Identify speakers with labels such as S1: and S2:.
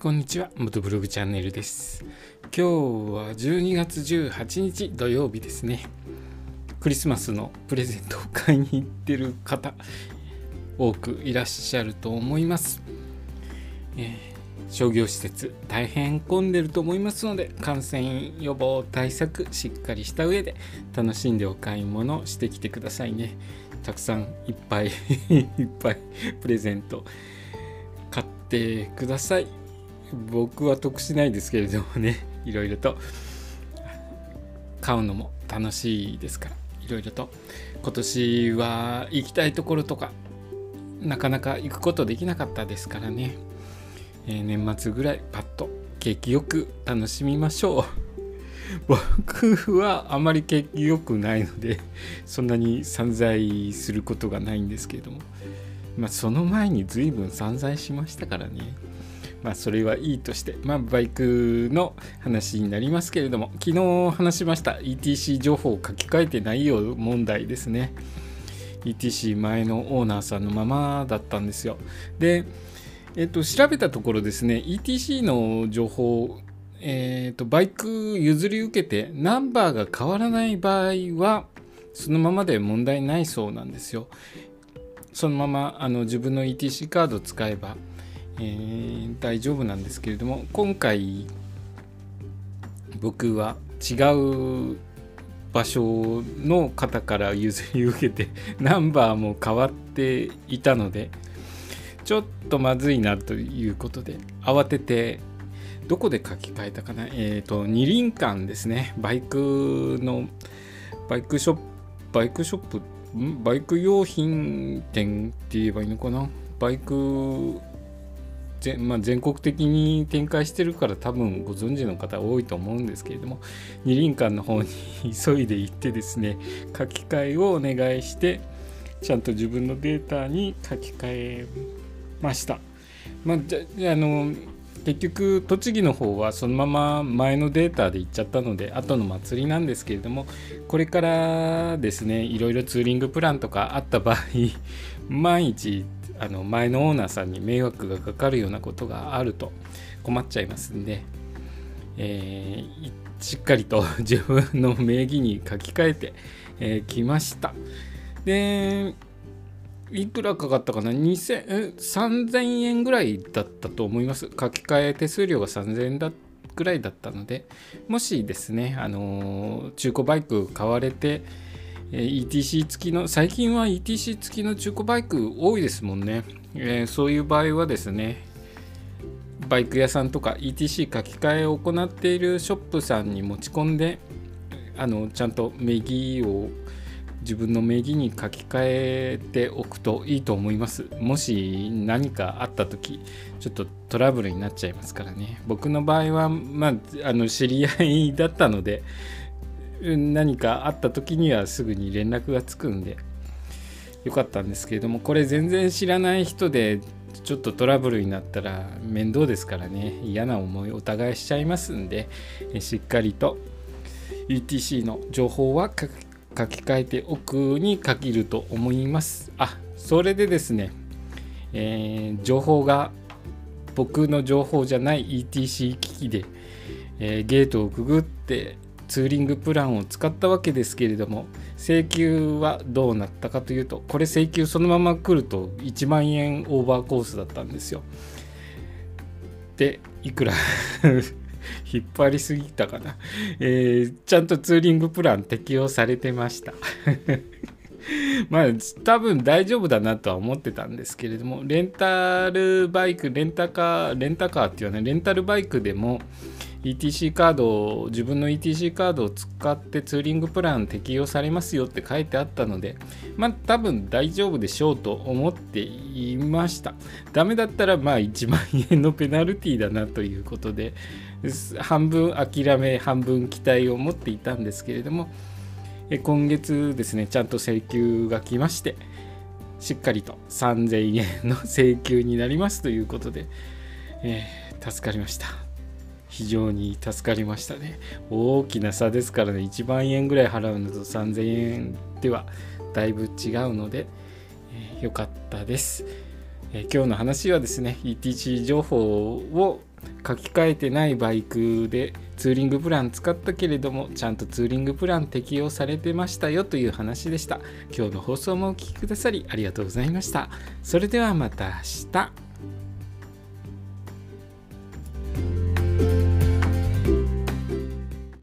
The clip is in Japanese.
S1: こんにちは、元ブログチャンネルです。今日は12月18日土曜日ですね。クリスマスのプレゼントを買いに行ってる方多くいらっしゃると思います。商業施設大変混んでると思いますので、感染予防対策しっかりした上で楽しんでお買い物してきてくださいね。たくさんいっぱいいっぱいプレゼント買ってください。僕は得しないですけれどもね、いろいろと買うのも楽しいですから、いろいろと今年は行きたいところとかなかなか行くことできなかったですからね、年末ぐらいパッと景気よく楽しみましょう。僕はあまり景気よくないのでそんなに散財することがないんですけれども、その前に随分散財しましたからね。それはいいとして、バイクの話になりますけれども、昨日話しました ETC 情報を書き換えてないよ問題ですね。 ETC 前のオーナーさんのままだったんですよ。で、調べたところですね、 ETC の情報、バイク譲り受けてナンバーが変わらない場合はそのままで問題ないそうなんですよ。そのまま自分の ETC カードを使えば大丈夫なんですけれども、今回僕は違う場所の方から譲り受けてナンバーも変わっていたのでちょっとまずいなということで慌てて、どこで書き換えたかな、二輪館ですね。バイクショップ、バイク用品店って言えばいいのかな。バイク全国的に展開してるから多分ご存知の方多いと思うんですけれども、二輪館の方に急いで行ってですね、書き換えをお願いしてちゃんと自分のデータに書き換えました。結局栃木の方はそのまま前のデータで行っちゃったので後の祭りなんですけれども、これからですね、いろいろツーリングプランとかあった場合万一前のオーナーさんに迷惑がかかるようなことがあると困っちゃいますんで、しっかりと自分の名義に書き換えてきました。で、いくらかかったかな、3000円ぐらいだったと思います。書き換え手数料が3000円ぐらいだったので、もしですね、中古バイク買われてETC 付きの、最近は ETC 付きの中古バイク多いですもんね。そういう場合はですね、バイク屋さんとか ETC 書き換えを行っているショップさんに持ち込んでちゃんと名義を自分の名義に書き換えておくといいと思います。もし何かあった時ちょっとトラブルになっちゃいますからね。僕の場合は知り合いだったので何かあった時にはすぐに連絡がつくんでよかったんですけれども、これ全然知らない人でちょっとトラブルになったら面倒ですからね、嫌な思いお互いしちゃいますんで、しっかりと ETC の情報は書き換えておくに限ると思います。それでですね、情報が僕の情報じゃない ETC 機器で、ゲートをくぐってツーリングプランを使ったわけですけれども、請求はどうなったかというと、これ請求そのまま来ると1万円オーバーコースだったんですよ。で、いくら引っ張りすぎたかな、ちゃんとツーリングプラン適用されてました多分大丈夫だなとは思ってたんですけれども、レンタルバイク、レンタカーっていうね、レンタルバイクでも ETC カードを、自分の ETC カードを使ってツーリングプラン適用されますよって書いてあったので、多分大丈夫でしょうと思っていました。ダメだったら1万円のペナルティだなということで、半分諦め半分期待を持っていたんですけれども、今月ですね、ちゃんと請求が来まして、しっかりと3000円の請求になりますということで、助かりました。非常に助かりましたね。大きな差ですからね、1万円ぐらい払うのと3000円ではだいぶ違うので、良かったです。今日の話はですね、ETC 情報を書き換えてないバイクでツーリングプラン使ったけれどもちゃんとツーリングプラン適用されてましたよという話でした。今日の放送もお聞きくださりありがとうございました。それではまた明日。